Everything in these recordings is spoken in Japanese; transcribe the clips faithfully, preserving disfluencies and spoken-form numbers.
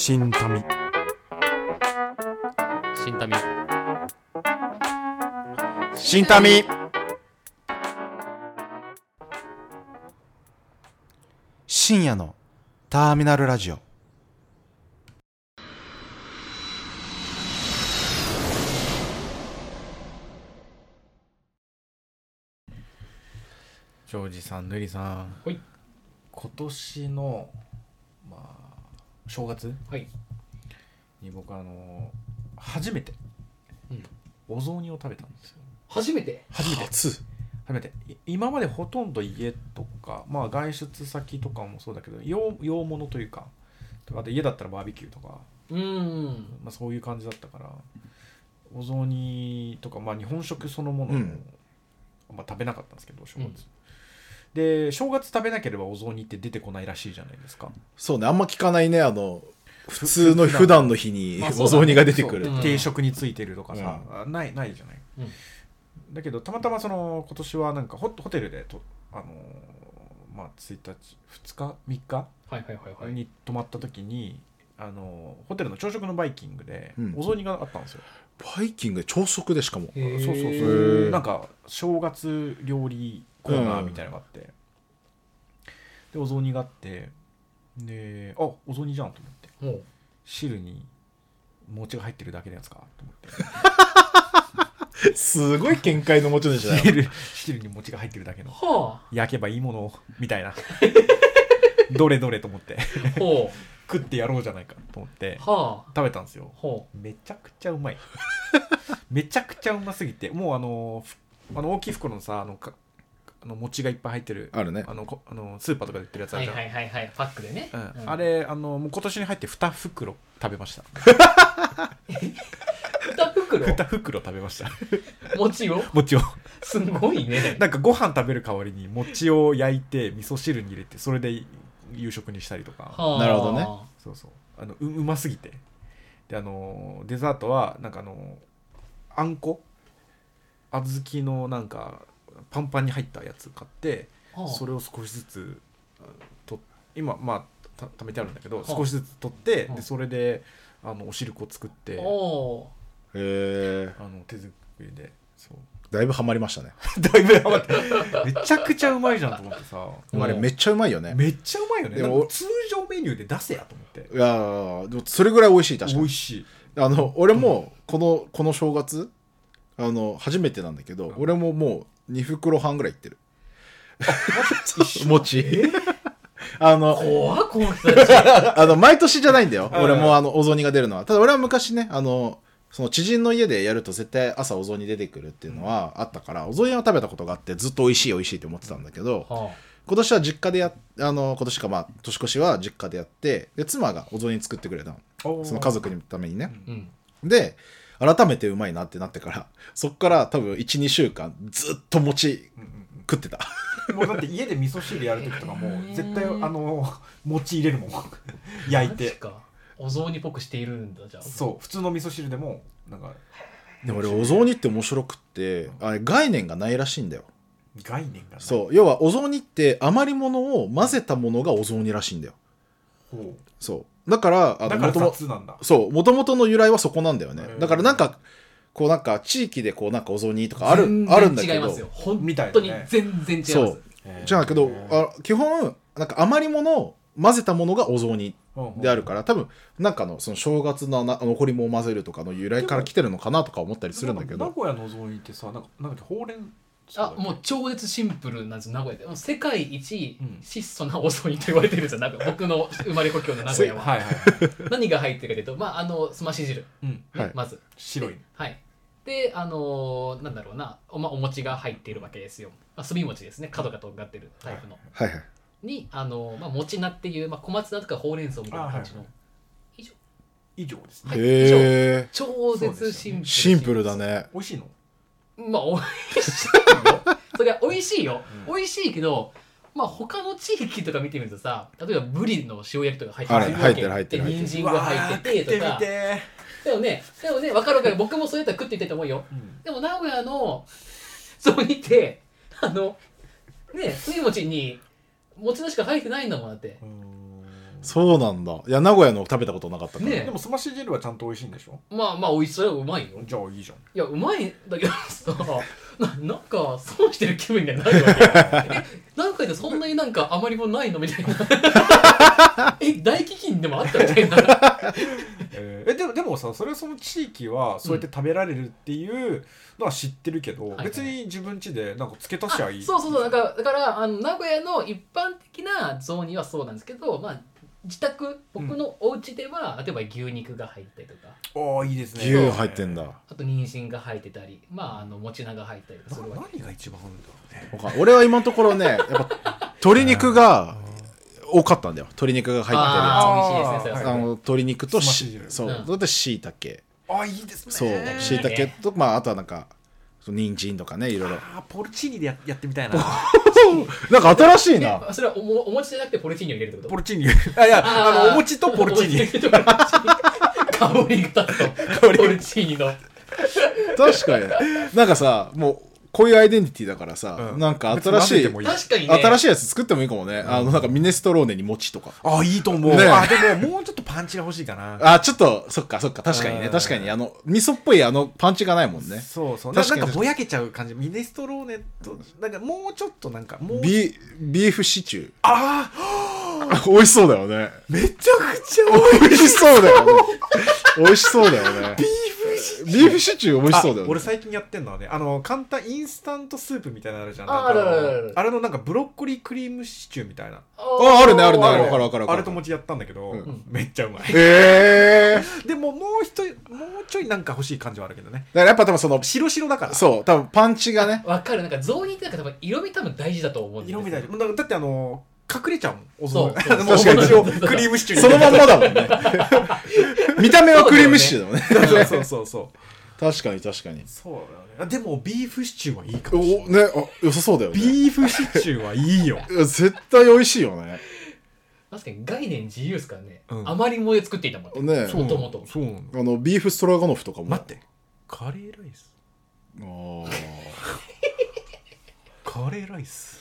新民新民新民深夜のターミナルラジオ。ジョージさん、ヌリさん、 はい、 今年の、まあ、正月はいに僕あの初めて、うん、お雑煮を食べたんですよ。 初めて初めて初初めて今までほとんど家とか、まあ、外出先とかもそうだけど 洋, 洋物というか、あと家だったらバーベキューとか、 うーん、 まあ、そういう感じだったから、お雑煮とか、まあ、日本食そのものも、うんまあ、食べなかったんですけど正月、うん、で正月食べなければお雑煮って出てこないらしいじゃないですか。 そうね、あんま聞かないね。あの普通の普段の日にお雑煮が出てくる、 まあね、定食についてるとかさ、うん、ないないじゃない、 うんだけどたまたまその今年はなんか ホ, ホテルでと、あのーまあ、ついたちふつかみっかに泊まった時に、あのー、ホテルの朝食のバイキングでお雑煮があったんですよ、 うん、バイキングで朝食でしかも。 そうそうそうなんか正月料理コーナーみたいなのがあって、うん、でお雑煮があってであお雑煮じゃんと思って、汁に餅が入ってるだけのやつかと思ってすごい見解の持ち主だよ。 汁, 汁に餅が入ってるだけの、はあ、焼けばいいものみたいなどれどれと思って食ってやろうじゃないかと思って、はあ、食べたんですよ、はあ、めちゃくちゃうまいめちゃくちゃうますぎて、もうあのあの大きい袋のさ、あのかあの餅がいっぱい入ってるあるね、 あのあのスーパーとかで売ってるやつあるじゃん、 はいはいはいはい、パックでね、 うんうん、あれあのもう今年に入ってに袋食べましたに袋に袋食べました餅を餅をすごいね。 なんかご飯食べる代わりに餅を焼いて味噌汁に入れてそれで夕食にしたりとか。 なるほどね。 そうそう、あの う, うますぎて、であのデザートはなんかあのあんこ小豆のなんかパンパンに入ったやつ買って、それを少しずつと今まあた貯めてあるんだけど、少しずつ取って、でそれであのお汁粉を作って、 へえ、 あの手作りで、そうだいぶハマりましたねだいぶハマってめちゃくちゃうまいじゃんと思ってさ、 あれめっちゃうまいよね。 めっちゃうまいよね。でも通常メニューで出せやと思って。 いやでもそれぐらい美味しい。確かに美味しい。 あの俺もこのこの正月あの初めてなんだけど、うん、俺ももうに袋半ぐらいいってる餅あの怖っこの人たちあの毎年じゃないんだよ俺もあのお雑煮が出るのは。ただ俺は昔ね、あのその知人の家でやると絶対朝お雑煮出てくるっていうのはあったから、お雑煮は食べたことがあってずっと美味しい美味しいって思ってたんだけど、はあ、今年は実家でやあの今年かまあ年越しは実家でやって、で妻がお雑煮作ってくれたの、その家族のためにね、うん、で改めてうまいなってなってから、そっから多分 いち,に 週間ずっと餅食ってたもうだって家で味噌汁やるときとかもう絶対あの餅入れるもん焼いてお雑煮っぽくしているんだ。じゃあそう普通の味噌汁でもなんか。 でも俺お雑煮って面白くって、あれ概念がないらしいんだよ。 概念がない。 そう要はお雑煮って余り物を混ぜたものがお雑煮らしいんだよ。 ほうそうだからあのだから雑なんだ。 そう元々の由来はそこなんだよね。だからなんかこうなんか地域でこうなんかお雑煮とかあるあるんだけど、 違いますよ本当に全然違います。 そうじゃなくどあ基本なんか余り物を混ぜたものがお雑煮であるから、多分なんかのその正月の残り物を混ぜるとかの由来から来てるのかなとか思ったりするんだけど、 名古屋のお雑煮ってさ、なんかなんかほうれんあもう超絶シンプルなんです。名古屋で世界一質素なお雑煮と言われてるんですよ。なんか僕の生まれ故郷の名古屋ははいはい、はい、何が入ってるかというと、まああのすまし汁、うんねはい、まず白いはいであのー、なんだろうな お,、ま、お餅が入っているわけですよ。まあ、すり餅ですね、角がとんがってるタイプの、 はいはい、 にあのーまあ、餅菜っていう、まあ、小松菜とかほうれん草みたいな感じの、はい、以上以上ですね、 はい、以上超絶シンプル、 シンプルだね。 美味しいの？ まあ美味しいよそれは美味しいよ、うん、美味しいけど、まあ他の地域とか見てみるとさ、例えばブリの塩焼きとか入ってるわけ、 入ってる入ってる、 人参が入っててとか、でもね、でもね、分かる分かる、僕もそうやったら食っていきたいと思うよ、うん、でも名古屋のそうにてあのね、すり餅に餅菜しか入ってないんだもんだって。 そうなんだ。いや名古屋の食べたことなかったから、 ね、でもすまし汁はちゃんと美味しいんでしょ。 まあまあ美味しそうよ、うまいよ。 じゃあいいじゃん。 いやうまいんだけどさな, なんか損してる気分にはなるわけえなんかでそんなになんか余りもないのみたいなえ大飢饉でもあったみたいなえー、えでもでもさ、それはその地域はそうやって食べられるっていうのは知ってるけど、うん、別に自分家でなんか付け足しゃいい、 そうそうそう、だからだからあの名古屋の一般的な雑煮はそうなんですけど、まあ自宅僕のお家では、うん、例えば牛肉が入ったりとか、 おーいいですね、 牛入ってんだ。 あと人参が入ってたり、まああのもち菜が入ったりとかするわけ。 何が一番合うんだろうね。俺は今のところね、やっぱ鶏肉が多かったんだよ。鶏肉が入ってるやつ。 あ美味しいですね、それは。 あの鶏肉としそう、 うん、 だって椎茸。 あいいですね。 そう椎茸と、まああとはなんか人参とかね、いろいろ。 あポルチーニで や, やってみたいななんか新しいな。 それは お, もお餅じゃなくてポルチーニを入れるってこと。 ポルチーニあいやああのお餅とポルチーニ香りが立つとポルチーニの確かになんかさ、もうこういうアイデンティティだからさ、うん、なんか新しい、 確かにね、 新しいやつ作ってもいいかもね、うん、あのなんかミネストローネに餅とか。 あいいと思う、ね、あでももうちょっとパンチが欲しいかな。 あちょっとそっかそっか、確かにね、確かにあの味噌っぽいあのパンチがないもんね。 そうそう、確かになんかぼやけちゃう感じ。ミネストローネとなんかもうちょっとなんかもうビビーフシチュー。 ああ美味しそうだよね。 めちゃくちゃ美味しそうだよね。美味しそうだよね。 ビーフシチュー、 ビーフシチュー美味しそうだよね。 俺最近やってんのはね、あの簡単インスタントスープみたいなのあるじゃん。 あるあるある。 あれのなんかブロッコリークリームシチューみたいな。 ああるねあるね、あるわかるわかる。 あれと餅やったんだけど、うん、めっちゃうまい。 えー、でももう一人もうちょいなんか欲しい感じはあるけどね。 だからやっぱ多分その白白だから。 そう多分パンチがね。 わかる。なんか雑煮ってなんか多分色味多分大事だと思うんですよ。 色味大事。だってあの隠れちゃうもん。おそう確かにクリームシチューそのまんまだもんね。見た目はクリームシチューだもんね。 そうそうそうそう。 確かに確かに。 そうだよね。でもビーフシチューはいいかもしれない。 おね、あ良さそうだよね。 ビーフシチューはいいよ。 絶対美味しいよね。 確かに概念自由ですからね。うん、余りもで作っていたもんね。 もともと。 そうなんだ。 あのビーフストラガノフとかも。 待って。カレーライス。 ああ。カレーライス。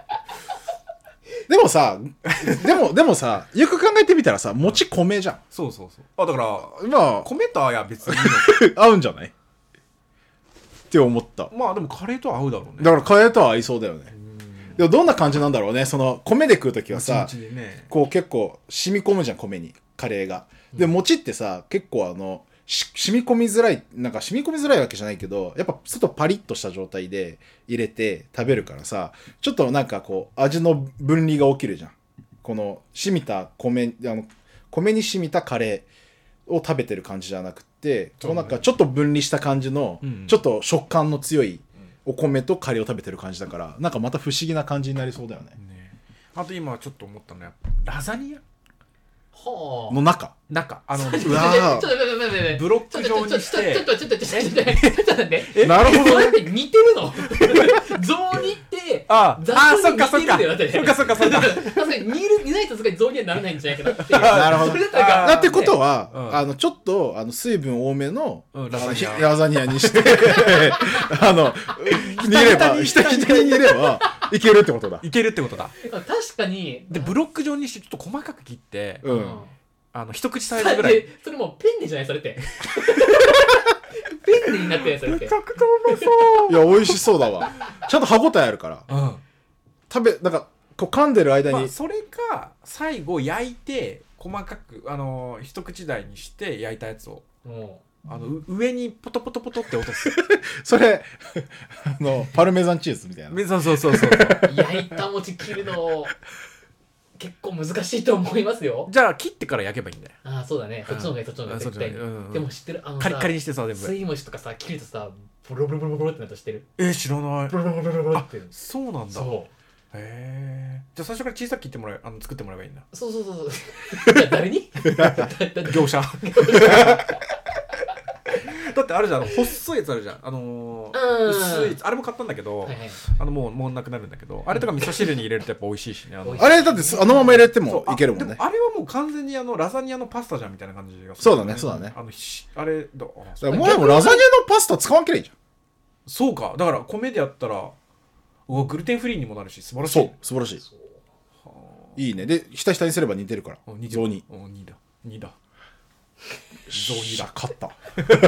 でもさ、でもでもさ、よく考えてみたらさ、餅米じゃん。 そうそうそう。あだからまあ米とあや別にいいの合うんじゃない？って思った。 まあでもカレーとは合うだろうね。 だからカレーとは合いそうだよね。でもどんな感じなんだろうね。その米で食うときはさ、ね、こう結構染み込むじゃん米にカレーが。で餅ってさ結構あのし染み込みづらい、なんか染み込みづらいわけじゃないけど、やっぱ外パリッとした状態で入れて食べるからさ、ちょっとなんかこう味の分離が起きるじゃん。この染みた米、あの米に染みたカレーを食べてる感じじゃなくて、こうなんかちょっと分離した感じの、うん、ちょっと食感の強いお米とカレーを食べてる感じだから、なんかまた不思議な感じになりそうだよね。 ね、あと今ちょっと思ったのはラザニアの中中あのうわちょっと待って待って待ってブロック状にしてちょっとちょっとちょっとちょっとちょっと待ってなるほどね。似てるの雑煮ってああそっかそっかそっかそっかそっか確かに煮る煮ないとすごい雑煮にはならないんじゃないかなっていう。 なるほど。 それだったらだってことは、うん、あのちょっとあの水分多めの、 うん、ラザニアラザニアにしてあの煮ればひたひたに煮ればいけるってことだ。 いけるってことだ。 確かに。 でブロック状にしてちょっと細かく切って、 うん、 あの一口サイズぐらい。 それもうペンネじゃないそれって。ペンネになってるそれって。 めちゃくちゃうまそう。 いや美味しそうだわ。ちゃんと歯応えあるから。 うん、 食べなんかこう噛んでる間に、 まあ、それか最後焼いて細かくあの一口大にして焼いたやつを、うん、あの上にポトポトポトって落とす。 それあのパルメザンチーズみたいな。 そうそうそうそう焼いた餅切るの結構難しいと思いますよ。 じゃあ切ってから焼けばいいんだよ。 ああそうだね。そっちの方がいいそっちの方がいい絶対に、うんうん、でも知ってるあのさカリカリにしてさ全部水餅とかさ切るとさボロボロボロボロってなったら知ってる？ えー、知らない。 ボロボロボロボロって。 そうなんだ。 そう。 へえ。じゃあ最初から小さく切ってもらえあの作ってもらえばいいんだ。 そうそうそうそう。じゃあ誰に？ 業者。だってあるじゃん、あの細いやつあるじゃん、あのー、薄いやつあれも買ったんだけど、はいはい、あのもうもうなくなるんだけど、あれとか味噌汁に入れるとやっぱ美味しいしね。あのあれだってあのまま入れてもいけるもんね。 あ, あれはもう完全にあのラザニアのパスタじゃんみたいな感じがする、ね。 そうだねそうだね。 あのあれだからもうでもラザニアのパスタ使わんけりゃいいじゃん。 そうか、だから米でやったらうわグルテンフリーにもなるし素晴らしい。 そう素晴らしい。 いいね。でひたひたにすれば似てるから雑煮にだにだ雑煮だ勝った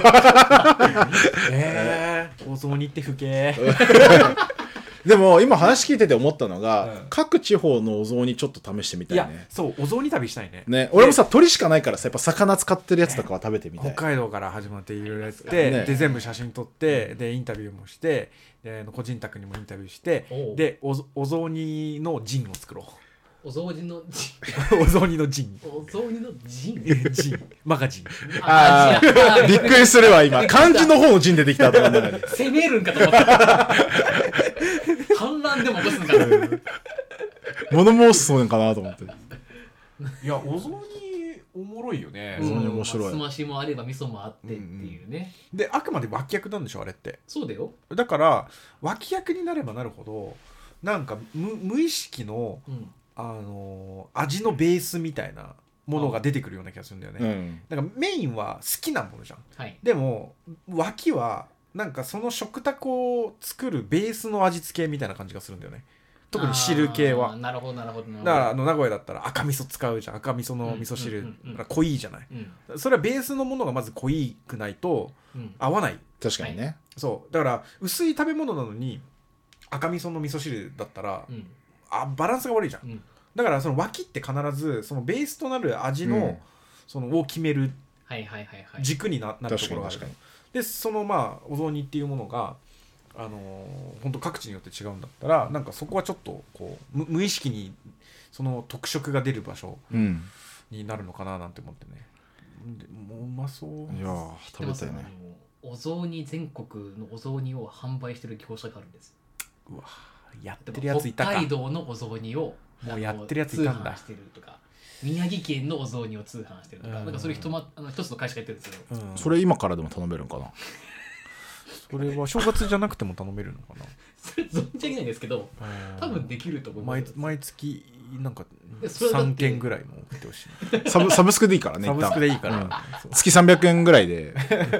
えー、お雑煮って不敬でも今話聞いてて思ったのが、うん、各地方のお雑煮ちょっと試してみたいね。 いやそうお雑煮旅したいね。 ね俺もさ鳥しかないからさやっぱ魚使ってるやつとかは食べてみたい。 北海道から始まっていろいろやって、ね、で全部写真撮ってでインタビューもしてで個人宅にもインタビューしてで お, お雑煮のジンを作ろう。 お雑煮のジンお雑煮のジンお雑煮のジンジンマガジンああびっくりするわ今漢字の方のジン出てきたと思った攻めるんかと思った反乱でも起こすんかな物申すそうなんかなと思っていやお雑煮おもろいよね。 お雑煮面白い。 すましもあれば味噌もあってっていうね、 うんうん、であくまで脇役なんでしょあれって。 そうだよ。 だから脇役になればなるほどなんか 無, 無意識の、うんあのー、味のベースみたいなものが出てくるような気がするんだよね、うん、だからメインは好きなものじゃん、はい、でも脇はなんかその食卓を作るベースの味付けみたいな感じがするんだよね。特に汁系は。 なるほどなるほど。だからあの名古屋だったら赤味噌使うじゃん。赤味噌の味噌汁、うんうんうんうん、濃いじゃない、うん、それはベースのものがまず濃いくないと合わない、うん、 確かにね。 そうだから薄い食べ物なのに赤味噌の味噌汁だったら、うん、あバランスが悪いじゃん、うん、だからその脇って必ずそのベースとなる味の、うん、そのを決める軸に な, なるところがある。でそのまあお雑煮っていうものがあのー、本当各地によって違うんだったらなんかそこはちょっとこう 無, 無意識にその特色が出る場所になるのかななんて思ってね、うん、でもうまそう。 いや食べたいね。 お雑煮全国のお雑煮を販売してる業者があるんです。 うわやってるやついたか。 北海道のお雑煮をもうやってるやついたんだ。 通販してるとか宮城県のお雑煮を通販してるとか、うん、なんかそれひと、ま、あの一つの会社がやってるんですよ、 うん、それ今からでも頼めるのかなそれは正月じゃなくても頼めるのかなそれ存じ上げないんですけど多分できると思う。 毎, 毎月なんかさんけんぐらいも送ってほしいサブ。サブスクでいいからね。 サブスクでいいから、うん、 月さんびゃくえんぐらいで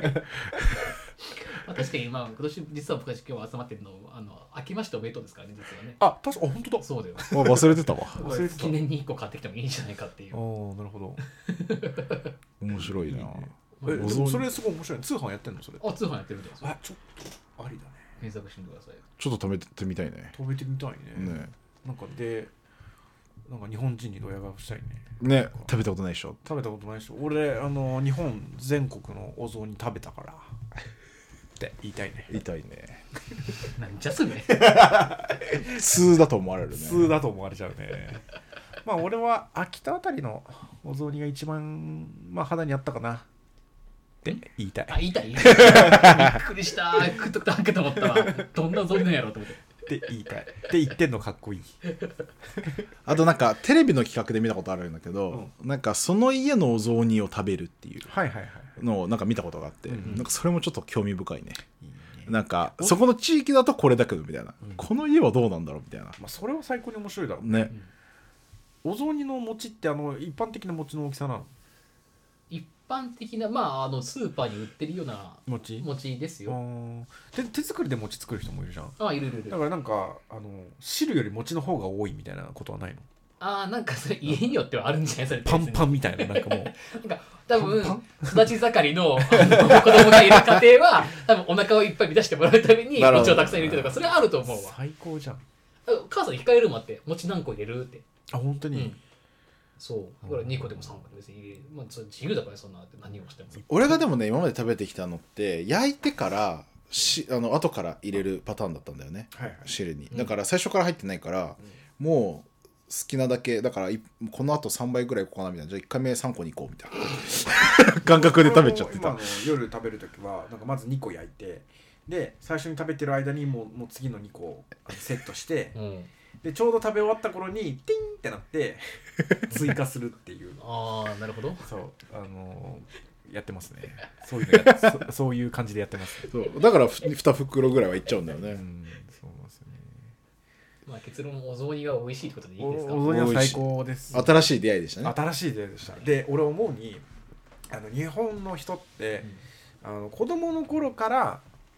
まあ確かに、まあ、今年実は僕たち今日集まってるのあの明けましておめでとうですからね実はね。 あ確かあ本当だ。 そうだよ。 忘れてたわ忘れてた。 記念にいっこ買ってきてもいいんじゃないかっていう。 ああなるほど面白いな。いいね。 えでもそれすごい面白い。通販やってんのそれ。 あ通販やってるんです。 あちょっとありだね。 検索してみてください。 ちょっと食べてみたいね。 食べてみたいね。ねなんかでなんか日本人にドヤ顔したいね。ね食べたことないでしょ。 食べたことないでしょ。俺あの日本全国のお雑煮食べたからって言いたいね。 言いたいね。 なんじゃそれ。 通だと思われるね。 通だと思われちゃうね。まあ俺は秋田あたりのお雑煮が一番まあ肌にあったかなって言いたい。 あ言いたい。びっくりした。食っとくとあけと思ったわ。どんなお雑煮なんやろうと思って。 って言いたい。って言ってんのかっこいい。 あとなんかテレビの企画で見たことあるんだけど、うん、なんかその家のお雑煮を食べるっていうのをなんか見たことがあって、はいはいはい、なんかそれもちょっと興味深いね。いいね。なんかそこの地域だとこれだけどみたいな、うん、この家はどうなんだろうみたいな。 まあそれは最高に面白いだろうね。 お雑煮の餅ってあの一般的な餅の大きさなの？ 一般的なまああのスーパーに売ってるような餅餅ですよ。 手手作りで餅作る人もいるじゃん。 あいるいるいる。 だからなんかあの汁より餅の方が多いみたいなことはないの？ ああなんかそれ家によってはあるんじゃないそれ。 パンパンみたいななんかもうなんか多分育ち盛りのあの子供がいる家庭は多分お腹をいっぱい満たしてもらうために餅をたくさん入れてるとかそれはあると思うわ。 最高じゃん。 母さんに控えるもあって餅何個入れるって。 あ本当に、うん、 そうだからにこでもさんこでも別に入れる、まあ、それ自由だからそんなって何をしても。 俺がでもね今まで食べてきたのって焼いてからしあの後から入れるパターンだったんだよね、はいはい、汁に。だから最初から入ってないから、うん、もう好きなだけだからこの後さんばいぐらいいこうかなみたいな。じゃあいっかいめさんこに行こうみたいな感覚で食べちゃってた。 今の夜食べるときはなんかまずにこ焼いてで最初に食べてる間にもう、もう次のにこセットして、うんでちょうど食べ終わった頃にティンってなって追加するっていうああなるほど。 そうあのー、やってますね。そういうのやそ, そういう感じでやってます、ね、 そうだからに袋ぐらいはいっちゃうんだよね。うんそうなんですよね。 まあ結論お雑煮が美味しいってことでいいですか。 お雑煮は最高です、 ね、新しい出会いでしたね。 新しい出会いでした。で俺思うにあの日本の人って、うん、あの子供の頃から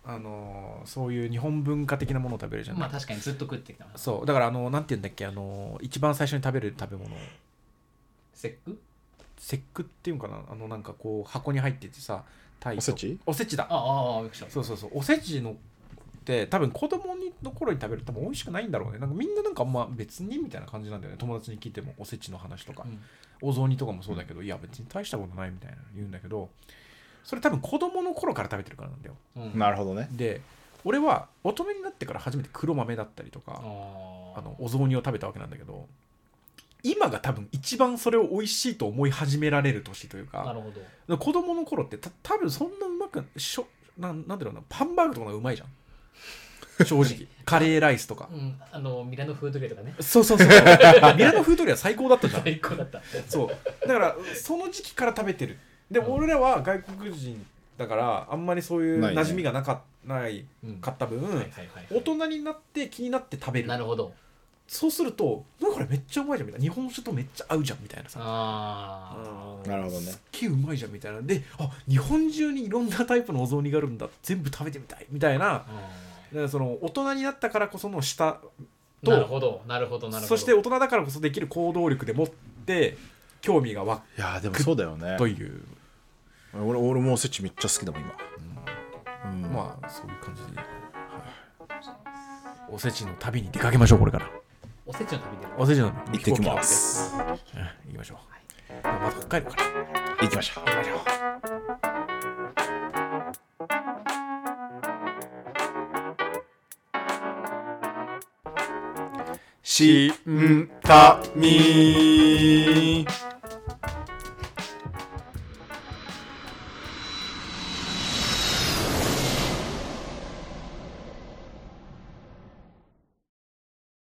あのそういう日本文化的なものを食べるじゃん。 まあ確かにずっと食ってきた。 そうだからあのなんていうんだっけ、あの一番最初に食べる食べ物、 節句節句っていうのかな、あのなんかこう箱に入っててさ、タイおせちおせちだ。 ああ、 そうそうそう、おせちのって多分子供の頃に食べると多分美味しくないんだろうね。なんかみんななんかあんま別にみたいな感じなんだよね。友達に聞いてもおせちの話とか、うん、お雑煮とかもそうだけど、いや別に大したことないみたいな言うんだけど、それ多分子供の頃から食べてるからなんだよ、 うん、なるほどね。 で俺は大人になってから初めて黒豆だったりとか、あのお雑煮を食べたわけなんだけど、今が多分一番それを美味しいと思い始められる年というか。 なるほど。 子供の頃ってた多分そんなうまくしょ な, なんだろうな、パンバーグとかがうまいじゃん正直カレーライスとか、 うん、あのミラノフードリアとかね。 そうそうそうミラノフードリア最高だったじゃん。 最高だった。 そうだからその時期から食べてる。で、うん、俺らは外国人だからあんまりそういう馴染みがなか, ない、ね、かった分、うんはいはいはいはい、大人になって気になって食べる。 なるほど。 そうするとこれめっちゃうまいじゃんみたいな、日本酒とめっちゃ合うじゃんみたいなさ、 ああなるほどね、 すっげえうまいじゃんみたいなで、あ日本中にいろんなタイプのお雑煮があるんだ、全部食べてみたいみたいな、だからその大人になったからこその舌と、 なるほどなるほどなるほど、 そして大人だからこそできる行動力でもって興味が湧く。 いやでもそうだよねという。 俺俺もおせちめっちゃ好きだもん今、 うんうん、まあそういう感じで、はい、おせちの旅に出かけましょう。これからおせちの旅でおせちの旅行ってきます。 行きましょう、はい、また北海道から行きましょう。 行きましょう。 しんたみ